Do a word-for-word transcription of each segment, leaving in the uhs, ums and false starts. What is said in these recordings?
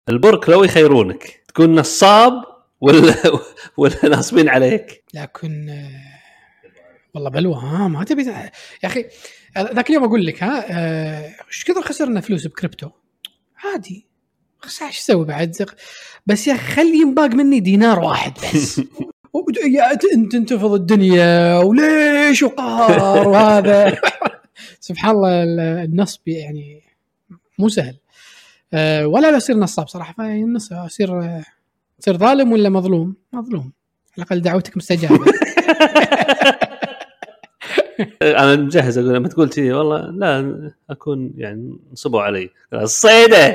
البرك لو يخيرونك تكون نصاب ولا ولا ناصبين عليك. لكن والله بلوى ها ما تبي يا اخي. ذاك اليوم اقول لك ها ايش كثر خسرنا فلوس بكريبتو عادي خساش ايش اسوي بعد. بس يا اخي خلي ينباق مني دينار واحد بس يا انت تنتفض الدنيا وليش وقهر وهذا سبحان الله النصب يعني مو سهل أه ولا بصير نصاب صراحه. فالنص اصير تصير ظالم ولا مظلوم؟ مظلوم على الاقل دعوتك مستجابه. انا مجهز اقول لما تقول شيء والله لا اكون يعني نصبوا علي الصيده.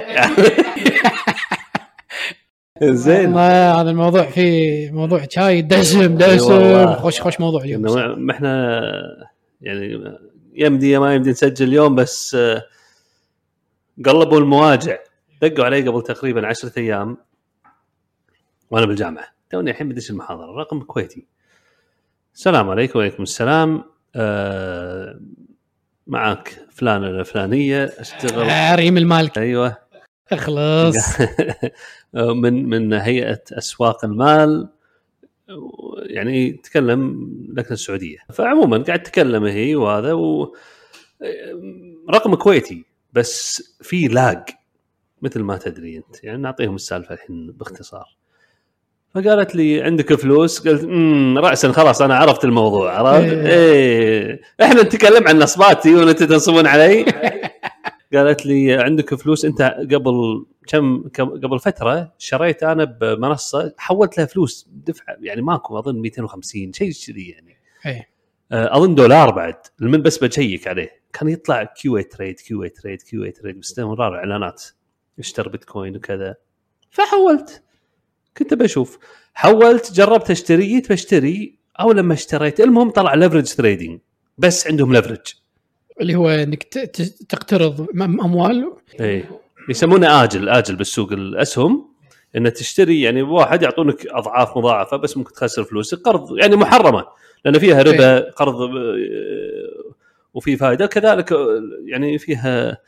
زين هذا الموضوع فيه موضوع شاي دسم دسم خوش خوش موضوع اليوم. ما احنا يعني يمدي ما يمدي نسجل اليوم بس قلبوا المواجع دقوا علي قبل تقريبا عشرة ايام وانا بالجامعه توني الحين بديش المحاضره رقم كويتي. السلام عليكم. وعليكم السلام. أه معك فلان الفلانيه اشتغل ريم المالك. ايوه اخلص. من من هيئه اسواق المال يعني تكلم لكنه السعوديه. فعموما قاعد تكلم هي وهذا و رقم كويتي بس في لاج مثل ما تدري انت يعني نعطيهم السالفه الحين باختصار. فقالت لي عندك فلوس؟ قلت امم رأسا خلاص انا عرفت الموضوع عرفت ايه احنا نتكلم عن نصباتي وانت تنصبون علي. قالت لي عندك فلوس انت قبل كم قبل فتره شريت انا بمنصه حولت لها فلوس دفع يعني ماكو اظن مئتين وخمسين شيء كذي يعني اظن دولار بعد من بس بشيك عليه كان يطلع كيو اي تريد كيو اي تريد كيو اي تريد باستمرار اعلانات اشتري بيتكوين وكذا. فحولت كنت بشوف حولت جربت اشتري بشتري او لما اشتريت المهم طلع ليفرج تريدينج بس عندهم ليفرج اللي هو انك تقترض اموال ايه يسمونه اجل اجل بالسوق الاسهم ان تشتري يعني واحد يعطونك اضعاف مضاعفه بس ممكن تخسر فلوسك قرض يعني محرمه لان فيها ربا ايه. قرض وفي فائده كذلك يعني فيها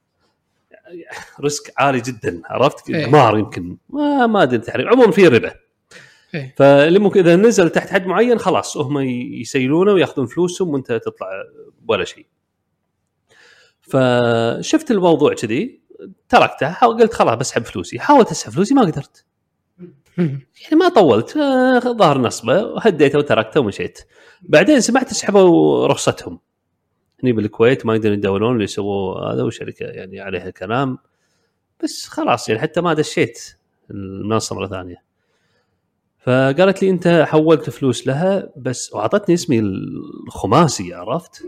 ريسك عالي جدا عرفت قمار ايه. يمكن ما ما ادري تحريم عموما في ربا ايه. فاللي ممكن اذا نزل تحت حد معين خلاص هم يسيلونه وياخذون فلوسهم وانت تطلع ولا شيء. فشفت الموضوع كذي تركته قلت خلاص بسحب فلوسي. حاولت اسحب فلوسي ما قدرت يعني ما طولت ظهر نصبه وهديته وتركته ومشيت. بعدين سمعت سحبوا رخصتهم هني بالكويت ما يقدرون يدورون اللي يسووا هذا وشركه يعني عليها كلام بس خلاص يعني حتى ما دشيت المنصه مره ثانيه. فقالت لي انت حولت فلوس لها بس وعطتني اسمي الخماسي عرفت.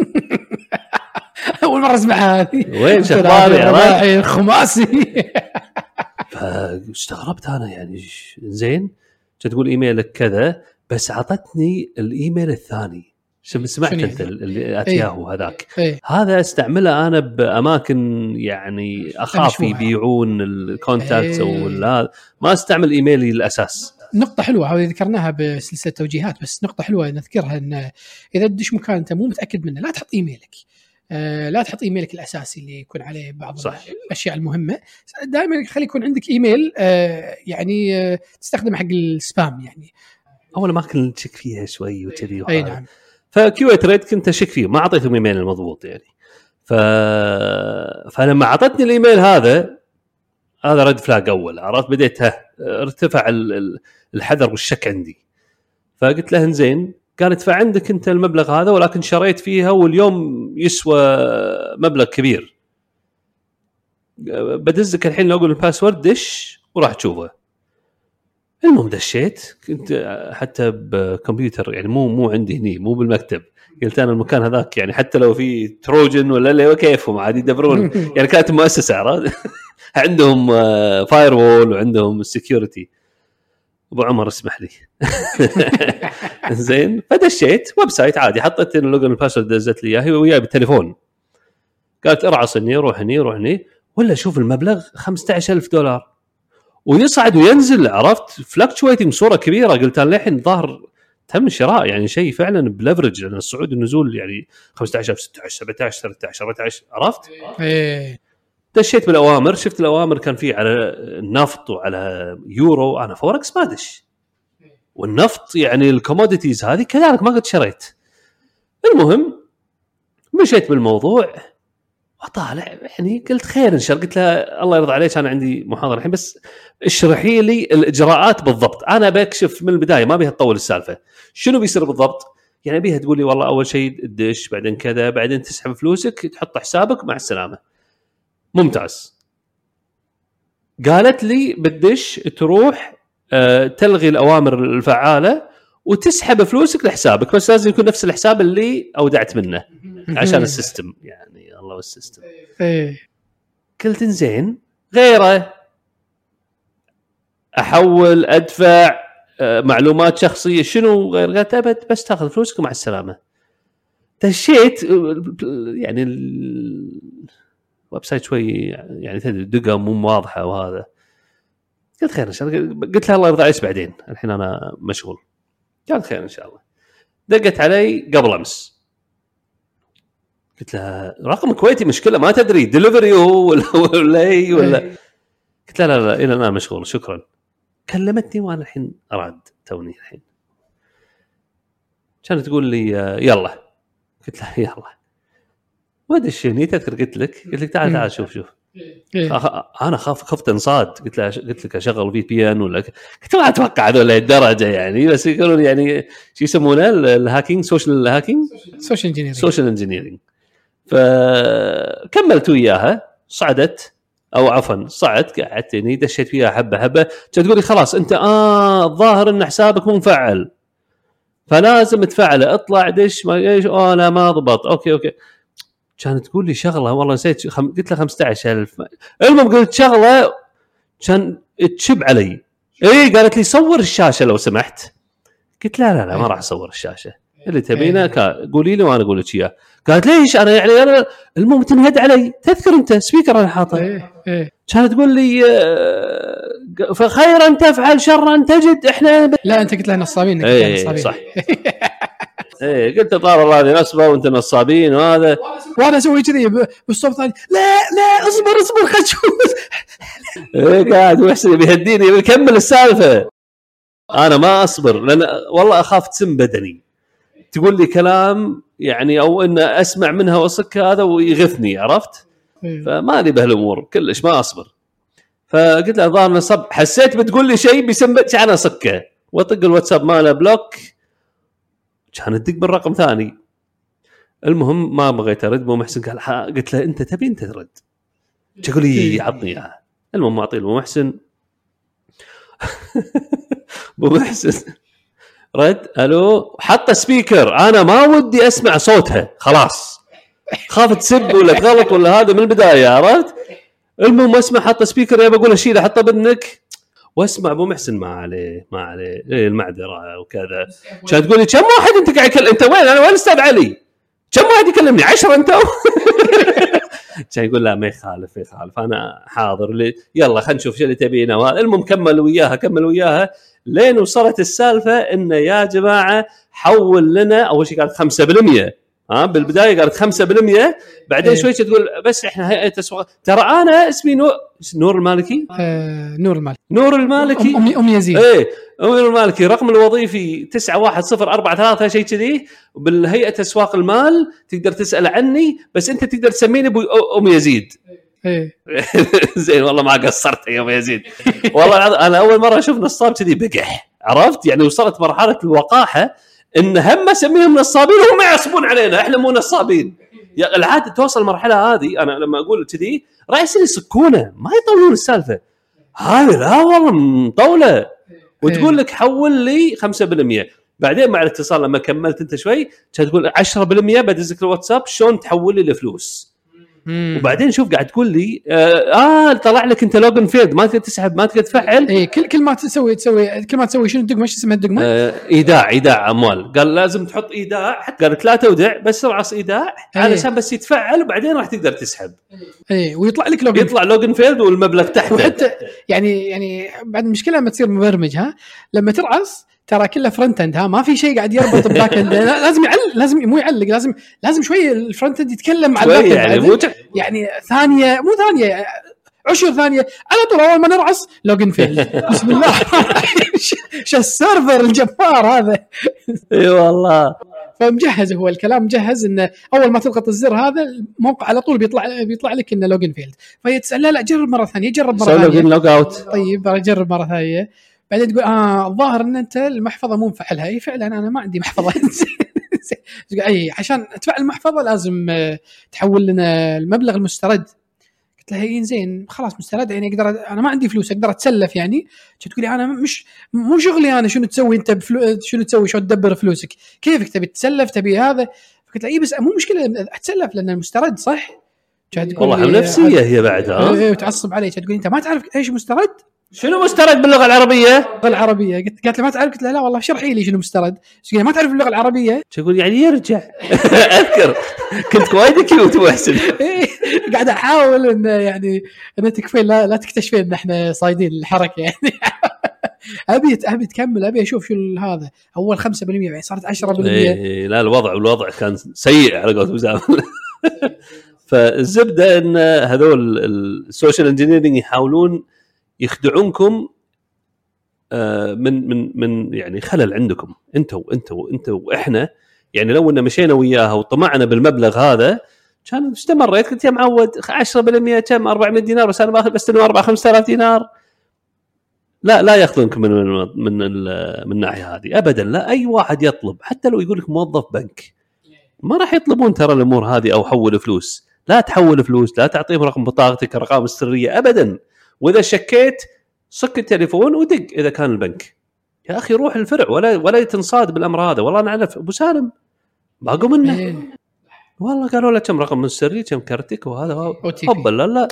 اول مره اسمع هذه وين شخباري راعي الخماسي. فاستغربت انا يعني زين تقول ايميلك كذا بس عطتني الايميل الثاني سمعت انت اللي اتياهو هذاك ايه. هذا استعمله انا باماكن يعني اخاف يبيعون الكونتاكتس او هذا ما استعمل ايميلي الاساس. نقطه حلوه هذه ذكرناها بسلسله توجيهات بس نقطه حلوه نذكرها ان اذا تدش مكان انت مو متاكد منه لا تحط ايميلك آه لا تحط ايميلك الاساسي اللي يكون عليه بعض صح. الاشياء المهمه دائما خلي يكون عندك ايميل آه يعني آه تستخدم حق السبام يعني اول ما كنت تشك فيها شوي وكذي اي نعم. فكيو اي تريد كنت اشك فيه ما اعطيتهم ايميل المضبوط يعني ف... فلما اعطتني الايميل هذا هذا رد فلاج اول عرفت بديت ارتفع الحذر والشك عندي. فقلت له زين قالت فعندك انت المبلغ هذا ولكن شريت فيها واليوم يسوى مبلغ كبير بدزك الحين لو اقول الباسورد دش وراح تشوفه. المهم دشيت كنت حتى بكمبيوتر يعني مو مو عندي هني مو بالمكتب قلت انا المكان هذاك يعني حتى لو في تروجن ولا لا كيفهم عادي يدبرون يعني كانت مؤسسه عرفت عندهم فاير وول وعندهم سكيورتي. ابو عمر اسمح لي زين فدشيت ويب سايت عادي حطيت اللوجن الباسورد دزت لي اياه وياي بالتليفون قالت ارعص اني روح هني روح هني ولا شوف المبلغ خمسة عشر ألف دولار ويصعد وينزل عرفت فلكتويتنج صوره كبيره. قلت انا الحين ظهر تم شراء يعني شيء فعلا بليفرج لان الصعود والنزول يعني خمسة عشر ستة عشر سبعة عشر ثلاثة عشر أربعة عشر عرفت ايه دشيت بالاوامر، شفت الاوامر كان في على النفط وعلى يورو، انا فوركس ما ادش، والنفط يعني الكوموديتيز هذه كذلك ما قد شريت. المهم مشيت بالموضوع وطالع يعني قلت خير ان شاء الله. قلت له الله يرضى عليك انا عندي محاضره الحين، بس اشرحي لي الاجراءات بالضبط، انا بكشف من البدايه ما بيها تطول السالفه. شنو بيصير بالضبط؟ يعني بيها تقول لي والله اول شيء تدش، بعدين كذا، بعدين تسحب فلوسك، تحط حسابك، مع السلامه. ممتاز. قالت لي بدش تروح أه تلغي الاوامر الفعاله وتسحب فلوسك لحسابك، بس لازم يكون نفس الحساب اللي اودعت منه عشان السيستم. يعني الله والسيستم. ايه قلت زين غيره، احول، ادفع، أه معلومات شخصيه، شنو غير؟ قالت ابد، بس تاخذ فلوسك مع السلامه. دشيت يعني الويب سايت شوي يعني تدري دقه مو واضحه وهذا. قلت خير ان شاء الله. قلت لها الله يرضى عليك بعدين، الحين انا مشغول. قالت خير ان شاء الله. دقت علي قبل امس، قلت لها رقم كويتي مشكله ما تدري ديليفري هو ولا ولا اي ولا. قلت لها لا لا الى الان مشغول شكرا. كلمتني وانا الحين اراد توني الحين كانت تقول لي يلا. قلت لها يلا ودشني تذكر قلت لك قلت لك تعال تعال شوف شوف انا خاف خفت انصاد. قلت لها قلت لك اشغل في بي ان ولا كنت ما اتوقع هذول الدرجه يعني، بس يقولون يعني شو يسمونه الهاكينج، سوشيال هاكينج، سوشيال انجينيرنج سوشيال انجينيرنج. فكملت وياها، صعدت او عفوا صعدت قعدتني دشيت فيها حبه حبه. تقول لي خلاص انت اه الظاهر ان حسابك مو مفعل فلازم تفعله، اطلع دش ما ايش اه لا ما ضبط اوكي اوكي. كانت تقول لي شغله والله نسيت خم... قلت لها خمسة عشر ألف. المهم قلت شغله كان تشب علي. اي قالت لي صور الشاشه لو سمحت. قلت لا لا لا ما راح اصور الشاشه، اللي تبينه قولي لي وانا اقول لك اياه. قالت ليش انا يعني انا المهم تنهد علي. تذكر انت سبيكر انا حاطه. كانت تقول لي فخيرا تفعل شرا تجد. احنا لا انت قلت لها نصابين. ايه نصابين صح. ايه قلت طال الله هذه نصبه وانت نصابين وهذا، وانا اسوي كذي بالصوت ثاني لا لا اصبر اصبر خل تشوف. ايه قاعد محسن بيهديني بيكمل السالفه. انا ما اصبر لان والله اخاف تسم بدني، تقول لي كلام يعني او ان اسمع منها وصك هذا ويغثني عرفت. فما لي بهالامور كلش ما اصبر. فقلت لها ظاهر نصب، حسيت بتقول لي شيء بيسمع انا صكه واطق الواتساب ماله بلوك. كان تدق بالرقم ثاني. المهم ما بغيت ارد. ابو محسن قال قلت له انت تبي انت ترد. تقول لي عطني اياها. المهم اعطي ابو محسن. ابو محسن رد الو، حط سبيكر انا ما ودي اسمع صوتها خلاص، خاف تسب ولا تغلط ولا هذا من البدايه عرفت. المهم اسمع حط سبيكر يا بقول اشيله حطه بدنك واسمع. ابو محسن ما عليه ما عليه إيه المعذره وكذا. كانت تقول لي كم واحد انت قاعد يكلم؟ انت وين؟ انا وين استاذ علي؟ كم واحد يكلمني؟ عشرة انت؟ كان يقول لا ما يخالف يخالف انا حاضر لي يلا خلينا نشوف شو اللي تبينه. المهم كمل وياها كمل وياها لين وصلت السالفه ان يا جماعه حول لنا. اول شيء قالت خمسة بالمية ها بالبدايه قالت خمسة بالمية، بعدين إيه. شوي تقول بس احنا هيئه تسويق. ترى انا اسمي نور نور المالكي. آه نور المالكي نور المالكي ام ام يزيد. ايه نور المالكي. رقم الوظيفي تسعة واحد صفر أربعة ثلاثة شيء كذي. بالهيئه اسواق المال تقدر تسال عني بس انت تقدر تسميني ابو ام يزيد. ايه زين والله ما قصرت يا ابو يزيد. والله انا اول مره اشوف نصاب كذي بقح عرفت. يعني وصلت مرحله الوقاحه ان هم سميهم نصابين وهم يعصبون علينا احنا مو نصابين. يا العاده توصل المرحله هذه انا لما اقول كذي رئيسي يسكونه ما يطولون السالفه هذه. لا والله مطوله وتقول لك حول لي خمسة بالمية. بعدين مع الاتصال لما كملت انت شوي تقول عشرة بالمية بدزك الواتساب شلون تحول لي الفلوس. مم. وبعدين شوف قاعد تقول لي اه طلع لك انت لوجن فيلد ما تقدر تسحب ما تقدر تفعل. اي كل كل ما تسوي تسوي كل ما تسوي شنو الدقمه ايش اسمها الدقمه؟ آه ايداع ايداع اموال. قال لازم تحط ايداع قالت لا تودع بس رعص ايداع علشان بس يتفعل وبعدين راح تقدر تسحب. اي ويطلع لك لوجن يطلع لوجن فيلد والمبلغ تحته. وحتى يعني يعني بعد المشكله لما تصير مبرمج ها لما ترعص ترى كله فرونت اند، ها ما في شيء قاعد يربط الباك اند. لازم يعلق، لازم مو يعلق، لازم لازم شويه الفرونت اند يتكلم مع الباك اند يعني, مو يعني ثانيه مو ثانيه عشر ثانيه على طول اول ما نرعص لوجن فيل. بسم الله شو السيرفر الجبار هذا. اي والله. فمجهز هو الكلام مجهز انه اول ما تضغط الزر هذا الموقع على طول بيطلع بيطلع لك انه لوجن فيلد، فهي تسال لا لا جرب مره ثانيه، جرب مره ثانيه لوجن لوج اوت. طيب جرب مره ثانيه، بعدين تقول اه الظاهر ان انت المحفظه مو مفعلها. اي فعلا انا ما عندي محفظه. اي عشان تفعل المحفظه لازم تحول لنا المبلغ المسترد. قلت له هي زين خلاص مسترد يعني اقدر، انا ما عندي فلوس اقدر اتسلف يعني. تقولي انا مش مو شغلي انا شنو تسوي انت بفلو... شنو تسوي شو تدبر فلوسك كيفك تبي تتسلف تبي هذا. فقلت له اي بس مو مشكله اتسلف لان المسترد صح. والله هم نفسيه هي بعدها ايه وتعصب علي تقول انت ما تعرف ايش مسترد، شنو مسترد باللغه العربيه. باللغه العربيه قلت قالت له ما تعرف. قلت له لا والله شرحي لي شنو مسترد. قال ما تعرف اللغه العربيه. تقول يعني يرجع. اذكر كنت وايد كيوت ومحسن. قاعد احاول ان يعني ان تكفي لا, لا تكتشفين ان احنا صايدين الحركه يعني. ابي ابي تكمل ابي اشوف شو هذا. اول خمسة بالمية يعني صارت عشرة بالمية. إيه لا الوضع الوضع كان سيء على قولة وسام. فالزبده ان هذول السوشيال انجينيرنج يحاولون يخدعونكم من من من يعني خلل عندكم انتوا انتوا انتوا واحنا. يعني لو ان مشينا وياها وطمعنا بالمبلغ هذا كان استمريت كنت يا معود عشرة بالمية كم أربعمية دينار بس انا باخذ بس أربعة خمسة آلاف دينار. لا لا ياخذونكم من من من, من الناحيه هذه ابدا. لا اي واحد يطلب حتى لو يقول لك موظف بنك ما راح يطلبون ترى الامور هذه او حول فلوس. لا تحول فلوس لا تعطيهم رقم بطاقتك الارقام السريه ابدا. واذا شكيت صك التليفون ودق اذا كان البنك. يا اخي روح الفرع ولا ولا تنصاد بالامر هذا. والله انا اعرف ابو سالم باقوا منه والله قالوا له كم رقم السري كم كرتك وهذا هوب لا لا.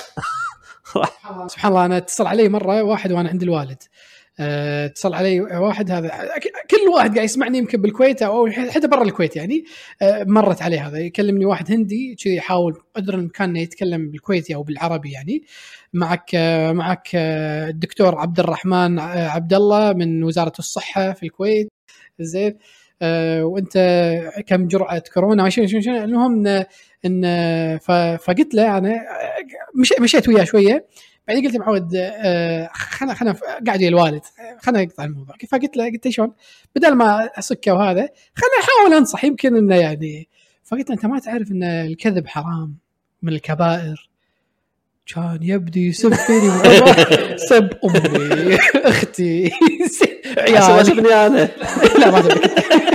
سبحان الله انا اتصل علي مره واحد وانا عند الوالد. أه اتصل علي واحد هذا كل واحد قاعد يسمعني يمكن بالكويت او حتى برا الكويت يعني. أه مرت عليه هذا يكلمني واحد هندي كذي يحاول قدر الامكان يتكلم بالكويتي او بالعربي يعني. معك أه معك أه الدكتور عبد الرحمن أه عبد الله من وزارة الصحة في الكويت زين. أه وانت كم جرعة كورونا ماشي شنو شنو المهم ان, إن فقلت له انا مش مشيت وياه شوية. بعدين قلت معود آه خلنا خلنا قاعد ويا الوالد خلنا نقطع الموضوع. فقلت له قلت شلون بدل ما اسكه وهذا خلنا احاول انصح يمكن انه يعني. فقلت له انت ما تعرف ان الكذب حرام من الكبائر. كان يبدي يسب فيني سب امي اختي عيالي سبني انا. لا ما سبك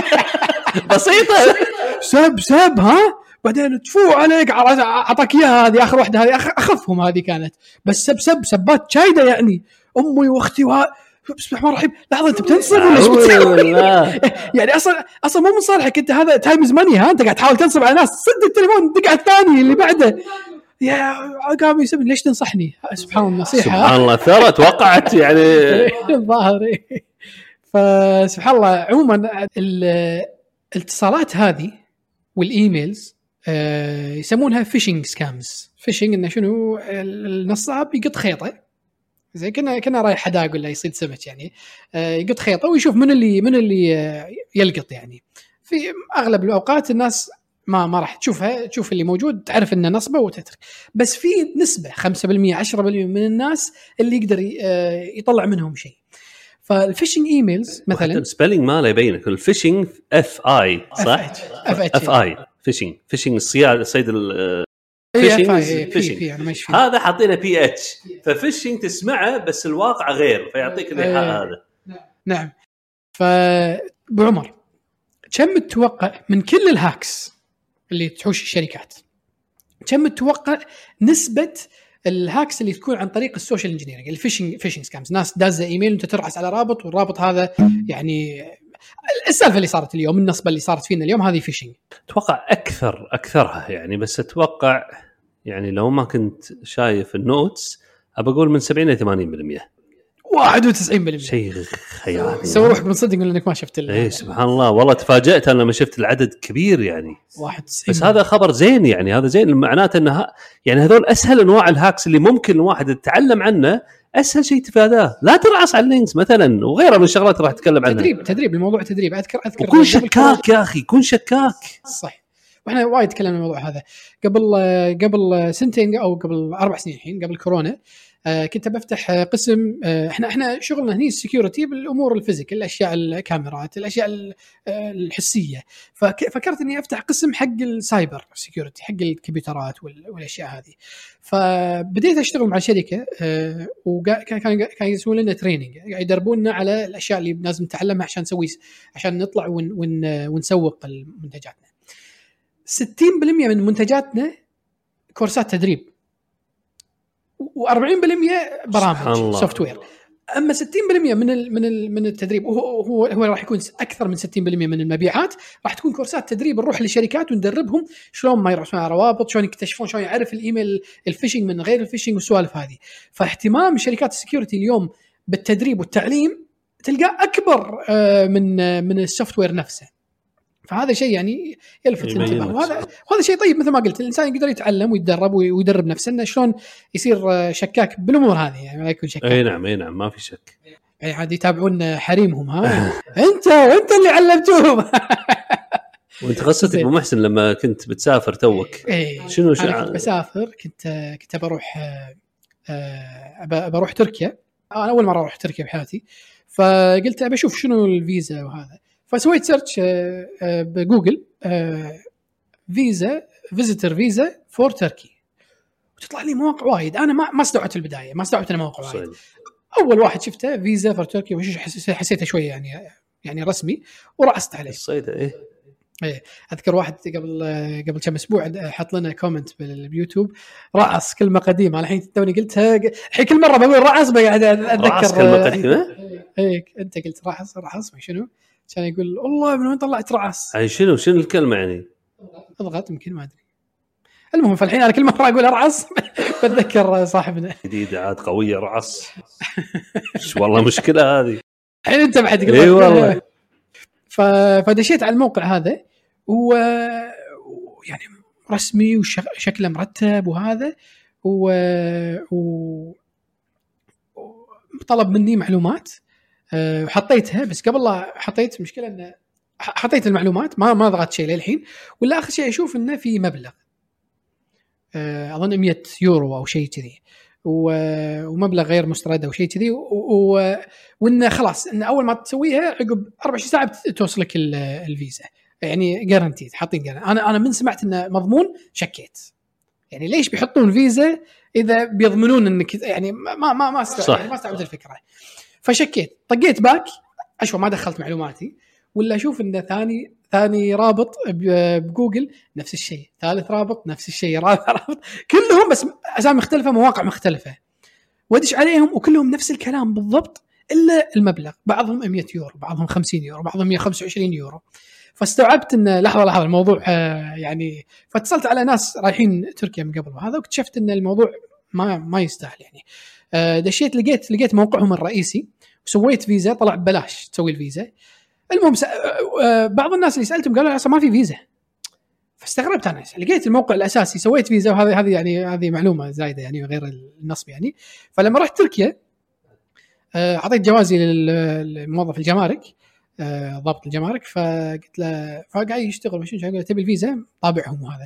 بسيطه سب سب ها. بعدين تفوع عليك عطاك اياها هذه اخر واحده هذه اخفهم هذه كانت بس سب سب سبات شايده يعني امي واختي وها. بسم الله الرحمن الرحيم. لحظه انت بتنصب ولا يعني اصلا اصلا مو من صالحك انت هذا تايمز ماني ها. انت قاعد تحاول تنصب على ناس صد التليفون دق على الثاني اللي بعده يا قام يسبني ليش تنصحني. سبحان الله نصيحه سبحان الله ثرت وقعت يعني الظاهر. فسبحان الله عموما الاتصالات هذه والايميلز أه يسمونها فيشنج سكامز. فيشنج انه شنو النصاب يقط خيطه زي كنا كنا رايح حداق ولا يصيد سمك يعني. أه يقط خيطه ويشوف من اللي من اللي أه يلقط يعني. في اغلب الاوقات الناس ما ما راح تشوفها تشوف اللي موجود تعرف انه نصبه وتترك. بس في نسبه خمسة بالمية عشرة بالمية من الناس اللي يقدر يطلع منهم شيء. فالفيشنج ايميلز مثلا السبيلينج ماله يبينك الفيشنج اف اي صح اف اي فيشنج فيشنج الصياد صيد ال فيشنج هذا حاطينه بي اتش. ففيشنج تسمعه بس الواقع غير فيعطيك الايحاء هذا. نعم. فبعمر كم تتوقع من كل الهاكس اللي تحوش الشركات كم تتوقع نسبة الهاكس اللي تكون عن طريق السوشيال انجينيرنج الفيشنج فيشنج سكامز؟ ناس دازه ايميل وانت ترعس على رابط والرابط هذا يعني السالفه اللي صارت اليوم النصبه اللي صارت فينا اليوم هذه فيشنج. اتوقع اكثر اكثرها يعني. بس اتوقع يعني لو ما كنت شايف النوتس ابى اقول من سبعين إلى ثمانين بالمية واحد وتسعين بالمية شيء خيالي. سوي روحك مصدق انك ما شفت ايه سبحان الله والله تفاجأت انا لما شفت العدد كبير يعني واحد وتسعين. بس هذا خبر زين يعني. هذا زين معناته انه يعني هذول اسهل انواع الهاكس اللي ممكن الواحد يتعلم عنه اسهل شيء تفاداه، لا ترعص على اللينكس مثلا وغيرها من الشغلات راح اتكلم عنها. تدريب تدريب الموضوع تدريب. اذكر اذكر كن شكاك يا اخي، كن شكاك. صح، واحنا وايد تكلمنا عن الموضوع هذا قبل قبل سنتين او قبل اربع سنين الحين قبل كورونا. آه كنت بفتح قسم. آه احنا احنا شغلنا هني السكيورتي بالامور الفيزيك، الاشياء الكاميرات، الاشياء الحسيه. ففكرت اني افتح قسم حق السايبر سكيورتي، حق الكمبيوترات والاشياء هذه. فبديت اشتغل مع شركه، آه وكان كان يسوون لنا تريننج، يدربونا على الاشياء اللي لازم نتعلمها عشان نسوي عشان نطلع ون ون ونسوق منتجاتنا. ستين بالمئة من منتجاتنا كورسات تدريب، وأربعين بالمئة برامج سوفت وير. اما ستين بالمئة من ال من ال من التدريب وهو هو, هو راح يكون اكثر من ستين بالمئة من المبيعات راح تكون كورسات تدريب. نروح للشركات وندربهم شلون ما يرسمون روابط، شلون يكتشفون، شلون يعرف الايميل الفيشنج من غير الفيشنج والسوالف هذه. فاهتمام شركات السكيورتي اليوم بالتدريب والتعليم تلقاه اكبر من من السوفت وير نفسه. فهذا شيء يعني يلفت الانتباه، وهذا وهذا شيء طيب. مثل ما قلت الانسان يقدر يتعلم ويتدرب ويدرب نفسه انه شلون يصير شكاك بالامور هذه، يعني ما يكون شكاك. اي نعم اي نعم ما في شك. اي عاد يتابعون حريمهم ها انت وانت اللي علمتوهم. وانت قصتك ابو محسن لما كنت بتسافر توك ايه شنو شو كنت بسافر، كنت كنت بروح أه بروح تركيا. انا اول مره اروح تركيا بحياتي، فقلت ابي اشوف شنو الفيزا وهذا. فسويت سيرش بجوجل فيزا فيزيتر فيزا فور تركي، وتطلع لي مواقع وايد. انا ما ما استوعبت البدايه، ما استوعبت المواقع وايد. اول واحد شفته فيزا فور تركي، وش حسيته شويه يعني يعني رسمي، ورعست عليه. الصيده ايه ايه اذكر واحد قبل قبل كم اسبوع حط لنا كومنت باليوتيوب رعص كلمه قديمه. الحين توني قلتها الحين كل مره بقول رعص بقعد اتذكر كلمه قديمه. ايه انت قلت رعص رعص شنو كان يقول والله من وين طلعت رعص. اي شنو شنو الكلمه يعني؟ اضغط يمكن ما ادري. المهم فالحين انا كل مره اقول ارعص بتذكر صاحبنا جديده عاد قويه رعص. ايش والله مشكله هذه. الحين انت بعد قلت اي والله. فدشيت على الموقع هذا و يعني رسمي وشكله مرتب وهذا و وطلب مني معلومات وحطيتها. بس قبل لا حطيت مشكلة أن حطيت المعلومات ما ما ضغطت شيء للحين، ولا آخر شيء أشوف إنه في مبلغ أظن مية يورو أو شيء كذي، ومبلغ غير مسترد أو شيء كذي، وإنه خلاص إنه أول ما تسويها عقب أربع ساعات توصلك الفيزا، يعني جارانتيد حاطين جارانتي. أنا أنا من سمعت إنه مضمون شكيت، يعني ليش بيحطون فيزا إذا بيضمنون إنك يعني ما ما ما استوعبت يعني ما استوعبت الفكرة. فشكيت طقيت باك أشوف ما دخلت معلوماتي، ولا أشوف إنه ثاني ثاني رابط بجوجل نفس الشيء، ثالث رابط نفس الشيء، رابع رابط كلهم بس أسامي مختلفة مواقع مختلفة، وادش عليهم وكلهم نفس الكلام بالضبط إلا المبلغ. بعضهم مية يورو، بعضهم خمسين يورو، بعضهم مية وخمسة وعشرين يورو. فاستوعبت إن لحظة لحظة الموضوع يعني. فاتصلت على ناس رايحين تركيا من قبل وهذا، واكتشفت إن الموضوع ما ما يستاهل يعني. دشيت لقيت لقيت موقعهم الرئيسي وسويت فيزا، طلع ببلاش تسوي الفيزا. المهم س... بعض الناس اللي سألتهم قالوا اصلا ما في فيزا، فاستغربت انا. لقيت الموقع الاساسي سويت فيزا، وهذه هذه يعني هذه معلومه زايده يعني غير النصب يعني. فلما رحت تركيا اعطيت جوازي للموظف الجمارك، ضابط الجمارك، فقلت له فقاعد يشتغل مش يقول تبي الفيزا طابعهم وهذا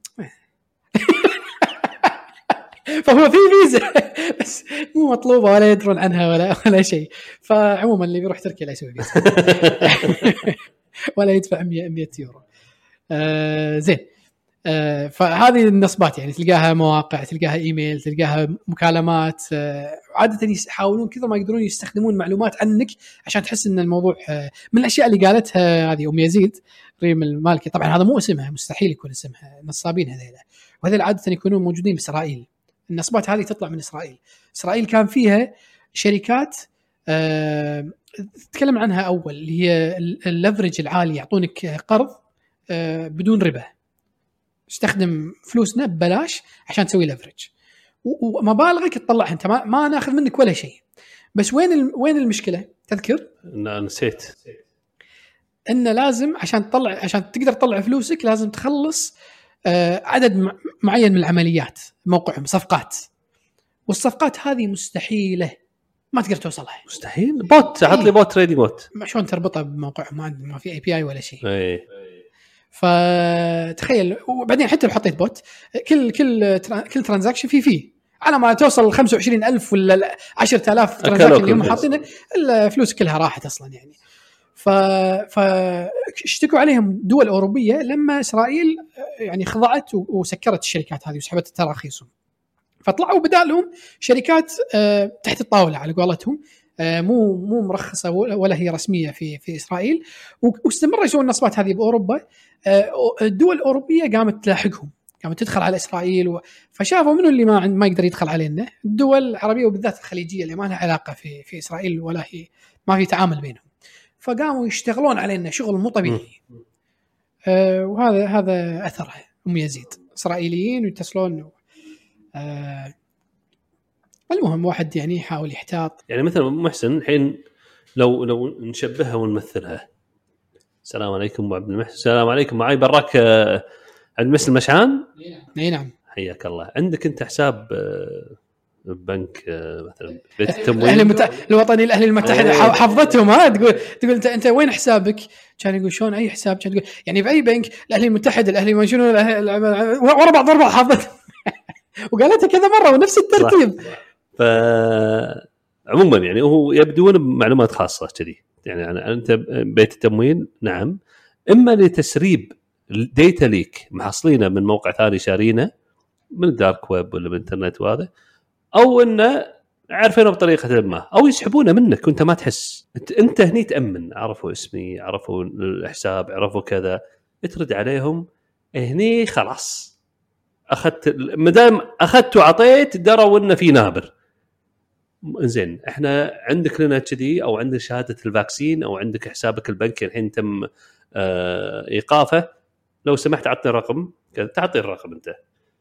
فهو في فيزا بس مو مطلوبه ولا يدرون عنها ولا ولا شيء. فعموما اللي بيروح تركيا لا يسوي فيزا ولا يدفع مية يورو. آه زين. آه فهذه النصبات يعني تلقاها مواقع، تلقاها ايميل، تلقاها مكالمات. آه عاده يحاولون كثر ما يقدرون يستخدمون معلومات عنك عشان تحس ان الموضوع. آه من الاشياء اللي قالتها هذه ام يزيد ريم المالكي، طبعا هذا مو اسمها، مستحيل يكون اسمها، نصابين هذيلا، وهذول عاده يكونون موجودين باسرائيل. النصبات هذه تطلع من إسرائيل. إسرائيل كان فيها شركات أه تتكلم عنها أول، اللي هي الليفرج العالي، يعطونك قرض أه بدون ربا، استخدم فلوسنا ببلاش عشان تسوي ليفرج، ومبالغك تطلعها أنت، ما, ما ناخذ منك ولا شيء. بس وين وين المشكلة؟ تذكر؟ لا نسيت. إنه لازم عشان تطلع عشان تقدر تطلع فلوسك لازم تخلص عدد معين من العمليات موقعهم، صفقات، والصفقات هذه مستحيله ما تقدر توصلها. مستحيل بوت حط لي بوت تريدي بوت ما شلون تربطها بموقع ما ما في اي بي اي ولا شيء. اي فتخيل وبعدين حتى لو حطيت بوت كل كل كل ترانزاكشن فيه فيه على ما توصل خمسة وعشرين ألف ولا عشرة آلاف ترانزاكشن اللي هم حاطينه الفلوس كلها راحت اصلا يعني. ف فاشتكوا عليهم دول أوروبية لما إسرائيل يعني خضعت وسكرت الشركات هذه وسحبت تراخيصهم، فطلعوا بدالهم شركات تحت الطاولة على قولتهم، مو مو مرخصة ولا هي رسمية في في إسرائيل، واستمروا يسوون النصبات هذه بأوروبا. الدول الأوروبية قامت تلاحقهم، قامت تدخل على إسرائيل و... فشافوا منه اللي ما ما يقدر يدخل علينا، الدول العربية وبالذات الخليجية اللي ما لها علاقة في في إسرائيل ولا هي ما في تعامل بينهم، فقاموا يشتغلون علينا شغل مو طبيعي. آه وهذا هذا أثره أم يزيد، إسرائيليين ويتصلون. آه المهم واحد يعني يحاول يحتاط. يعني مثلا محسن الحين لو لو نشبهها ونمثلها، السلام عليكم ابو عبد المحسن، السلام عليكم، معي براك عند مثل مشعان. اي نعم حياك الله. عندك انت حساب بنك مثلا بيت التموين الاهلي المت... الوطني الاهلي المتحد حفظتهم، ها تقول تقول انت انت وين حسابك؟ كان يقول شلون اي حساب؟ كان تقول يعني باي بنك، الاهلي المتحد، الاهلي ما شنو، ورا بعض ورا بعض حفظت وقالتها كذا مره ونفس الترتيب. ف عموما يعني هو يبدون بمعلومات خاصه كذي، يعني انت بيت التموين نعم، اما لتسريب الديتا ليك محصلينه من موقع ثاني شارينه من الدارك ويب ولا من الانترنت وهذا، او انه عارفينه بطريقه ما، او يسحبونه منك وانت ما تحس. انت هني تامن، عرفوا اسمي، عرفوا الحساب، عرفوا كذا، ترد عليهم هني خلاص اخذت، مدام اخذت وعطيت دروا انه في نابر. زين احنا عندك لنا كذي، او عندك شهاده الفاكسين، او عندك حسابك البنكي الحين تم آه ايقافه، لو سمحت عطني رقم كذا، تعطي الرقم انت،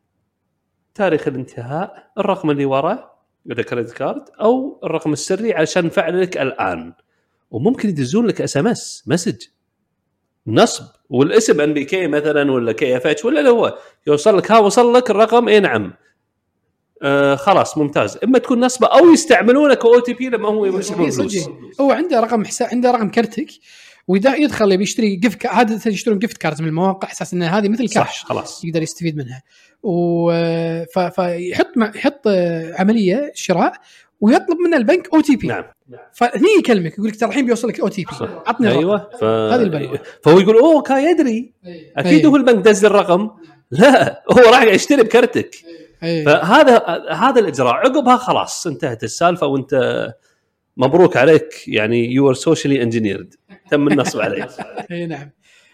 تاريخ الانتهاء، الرقم اللي وراه اذا كريدت كارد، او الرقم السري علشان نفعل لك الان. وممكن يدزون لك اس ام اس مسج نصب، والاسم ان بي كي مثلا ولا كي اف اتش، ولا لو هو يوصل لك ها وصل لك الرقم، اي نعم آه خلاص ممتاز. اما تكون نصبه او يستعملونك او تي بي لما هو يمسكون فلوس. هو عنده رقم حساب، عنده رقم كرتك، واذا يدخل يبي يشتري جيفت، هذا يشترون جيفت كاردز من المواقع اساس ان هذه مثل كاش خلاص يقدر يستفيد منها. و فيحط يحط عمليه شراء ويطلب من البنك او تي بي. نعم. فهني يكلمك يقول لك ترى الحين بيوصل لك او تي بي، عطني الرقم. ايوه ف... هذه البنك. فهو يقول اوه كا يدري اكيد أيوة. هو البنك دز الرقم، لا هو راح يشتري بكرتك. أيوة. فهذا هذا الاجراء عقبها خلاص انتهت السالفه، وانت مبروك عليك يعني يو ار سوشيالي انجينيرد، تم النصب عليك. اي نعم.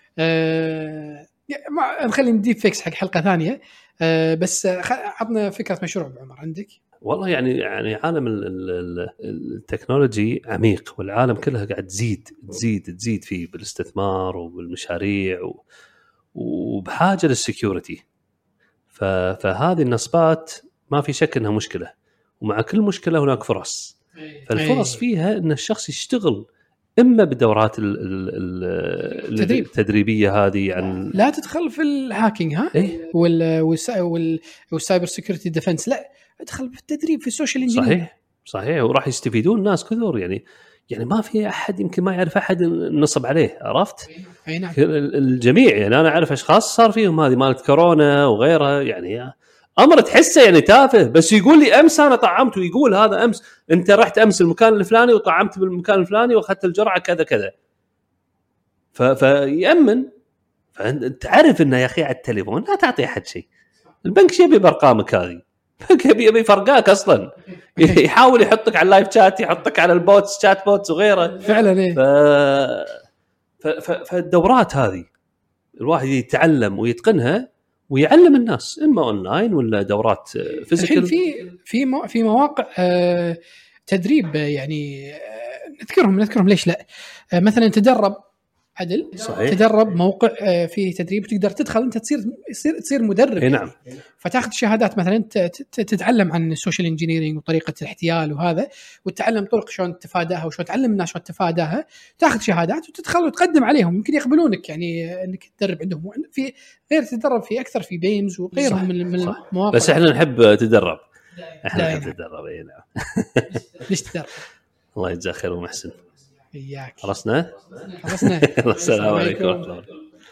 أه... نخلي نديب فيكس حق حلقه ثانيه. أه بس عطنا فكره مشروع بعمر عندك. والله يعني يعني عالم التكنولوجي عميق، والعالم كلها قاعد تزيد تزيد تزيد فيه بالاستثمار وبالمشاريع و... وبحاجه للسكيورتي. ف... فهذه النصبات ما في شك انها مشكله، ومع كل مشكله هناك فرص. فالفرص فيها ان الشخص يشتغل اما بدورات التدريب. التدريبيه هذه عن لا تدخل في الهاكينج ها إيه؟ وال وال والسايبر سيكيورتي ديفنس، لا ادخل في التدريب في السوشيال انجينيرنج. صحيح صحيح، وراح يستفيدون ناس كثر يعني يعني ما في احد يمكن ما يعرف احد نصب عليه، عرفت؟ اي نعم. الجميع يعني انا اعرف اشخاص صار فيهم هذه مالت كورونا وغيرها، يعني امر تحسه يعني تافه، بس يقول لي امس انا طعمت، ويقول هذا امس انت رحت امس المكان الفلاني وطعمت بالمكان الفلاني واخذت الجرعه كذا كذا. ف فيامن، فانت تعرف انه يا اخي على التليفون لا تعطي احد شيء. البنك شيء بارقامك هذه، يبي يبي فرقاك اصلا، يحاول يحطك على اللايف شات، يحطك على البوتس، شات بوتس وغيره فعلا. ايه ف... ف... فالدورات هذه الواحد يتعلم ويتقنها ويعلم الناس، اما اونلاين ولا دورات فيزيكال. في في في مواقع تدريب يعني نذكرهم نذكرهم ليش لا. مثلا تدرب عدل، صحيح. تدرب موقع فيه تدريب، تقدر تدخل انت تصير تصير تصير مدرب. يعني. نعم. فتاخذ شهادات، مثلا تتعلم عن السوشيال انجينيرنج وطريقه الاحتيال وهذا، وتتعلم طرق شلون تتفاداها وشلون تعلم الناس شلون تتفاداها، تاخذ شهادات وتدخل وتقدم عليهم، يمكن يقبلونك يعني انك تدرب عندهم. في غير تدرب في اكثر في بيمز وغيرهم من المواقع. بس احنا نحب تدرب احنا نتدرب. اي نعم. ليش تدرب؟ الله يجزاه خير ومحسن. اياك. خلصنا خلصنا. السلام عليكم.